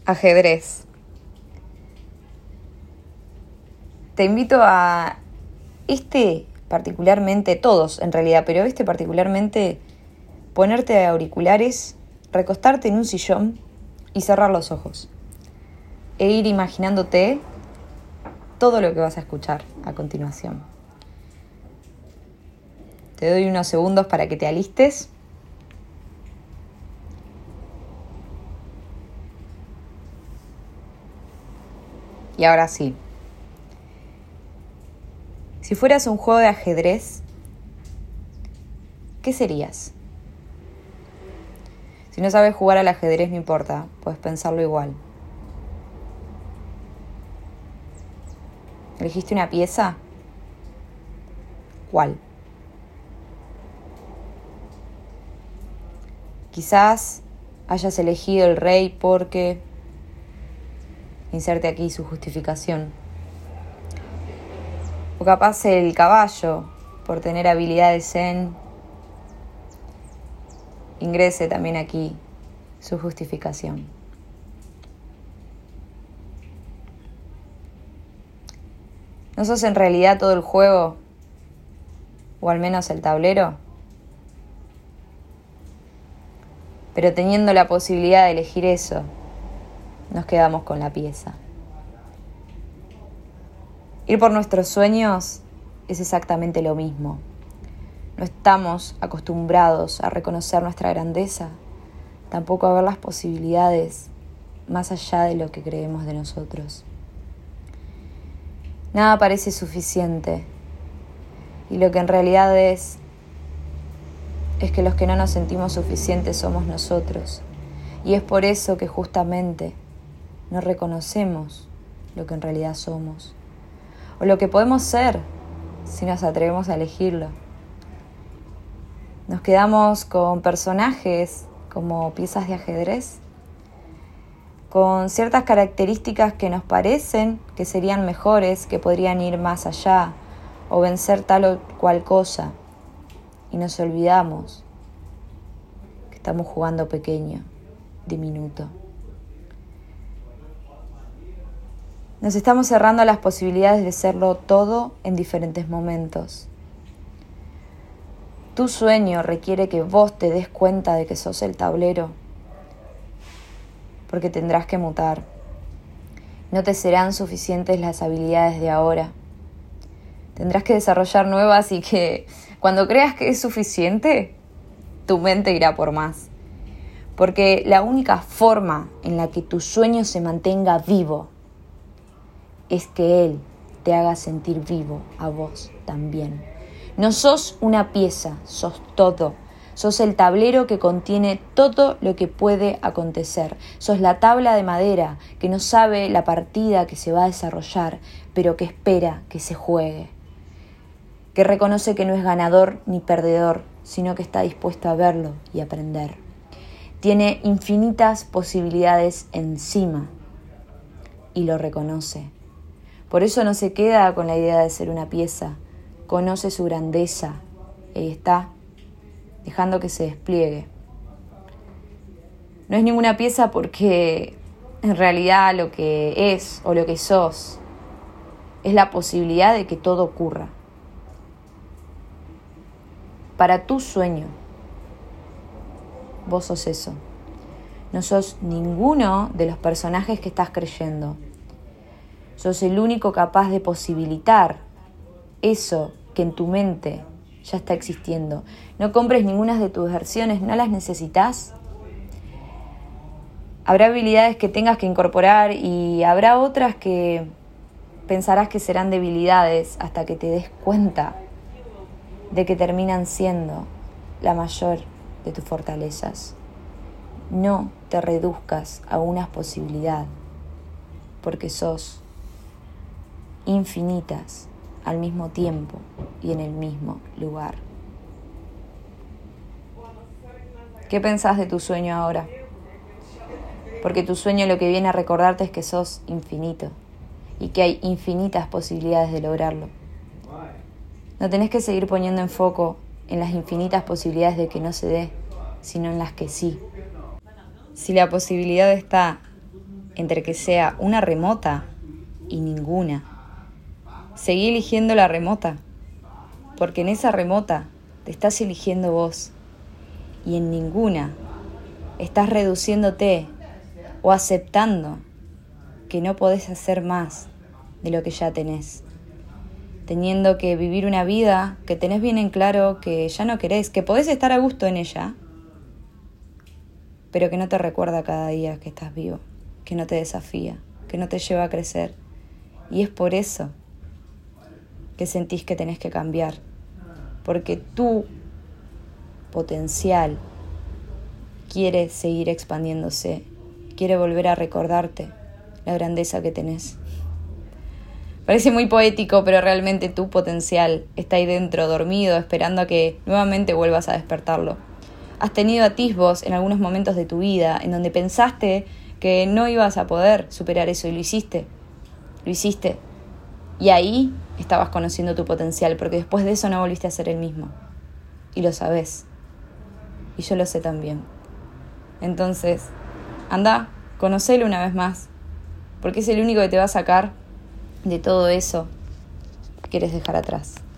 Ajedrez. Te invito a particularmente, todos en realidad, pero particularmente, ponerte auriculares, recostarte en un sillón y cerrar los ojos. E ir imaginándote todo lo que vas a escuchar a continuación. Te doy unos segundos para que te alistes. Y ahora sí. Si fueras un juego de ajedrez, ¿qué serías? Si no sabes jugar al ajedrez, no importa, puedes pensarlo igual. ¿Elegiste una pieza? ¿Cuál? Quizás hayas elegido el rey porque... inserte aquí su justificación. O capaz el caballo, por tener habilidades en... ingrese también aquí su justificación. ¿No sos en realidad todo el juego? O al menos el tablero. Pero teniendo la posibilidad de elegir eso, nos quedamos con la pieza. Ir por nuestros sueños es exactamente lo mismo. No estamos acostumbrados a reconocer nuestra grandeza, tampoco a ver las posibilidades más allá de lo que creemos de nosotros. Nada parece suficiente, y lo que en realidad es que los que no nos sentimos suficientes somos nosotros, y es por eso que justamente no reconocemos lo que en realidad somos, o lo que podemos ser si nos atrevemos a elegirlo. Nos quedamos con personajes como piezas de ajedrez, con ciertas características que nos parecen que serían mejores, que podrían ir más allá, o vencer tal o cual cosa, y nos olvidamos que estamos jugando pequeño, diminuto. Nos estamos cerrando a las posibilidades de serlo todo en diferentes momentos. Tu sueño requiere que vos te des cuenta de que sos el tablero, porque tendrás que mutar. No te serán suficientes las habilidades de ahora. Tendrás que desarrollar nuevas y que cuando creas que es suficiente, tu mente irá por más. Porque la única forma en la que tu sueño se mantenga vivo es que él te haga sentir vivo a vos también. No sos una pieza, sos todo. Sos el tablero que contiene todo lo que puede acontecer. Sos la tabla de madera que no sabe la partida que se va a desarrollar, pero que espera que se juegue. Que reconoce que no es ganador ni perdedor, sino que está dispuesto a verlo y aprender. Tiene infinitas posibilidades encima y lo reconoce. Por eso no se queda con la idea de ser una pieza. Conoce su grandeza y está dejando que se despliegue. No es ninguna pieza porque en realidad lo que es o lo que sos es la posibilidad de que todo ocurra. Para tu sueño, vos sos eso. No sos ninguno de los personajes que estás creyendo. Sos el único capaz de posibilitar eso que en tu mente ya está existiendo. No compres ninguna de tus versiones, no las necesitas. Habrá habilidades que tengas que incorporar y habrá otras que pensarás que serán debilidades hasta que te des cuenta de que terminan siendo la mayor de tus fortalezas. No te reduzcas a una posibilidad, porque sos infinitas al mismo tiempo y en el mismo lugar. ¿Qué pensás de tu sueño ahora? Porque tu sueño lo que viene a recordarte es que sos infinito y que hay infinitas posibilidades de lograrlo. No tenés que seguir poniendo en foco en las infinitas posibilidades de que no se dé, sino en las que sí. Si la posibilidad está entre que sea una remota y ninguna. Seguí eligiendo la remota, porque en esa remota te estás eligiendo vos, y en ninguna estás reduciéndote o aceptando que no podés hacer más de lo que ya tenés, teniendo que vivir una vida que tenés bien en claro que ya no querés, que podés estar a gusto en ella, pero que no te recuerda cada día que estás vivo, que no te desafía, que no te lleva a crecer. Y es por eso que sentís que tenés que cambiar, porque tu potencial quiere seguir expandiéndose, quiere volver a recordarte la grandeza que tenés. Parece muy poético, pero realmente tu potencial está ahí dentro, dormido, esperando a que nuevamente vuelvas a despertarlo. Has tenido atisbos en algunos momentos de tu vida en donde pensaste que no ibas a poder superar eso y lo hiciste. Lo hiciste. Y ahí estabas conociendo tu potencial, porque después de eso no volviste a ser el mismo. Y lo sabés. Y yo lo sé también. Entonces, anda, conocelo una vez más, porque es el único que te va a sacar de todo eso que quieres dejar atrás.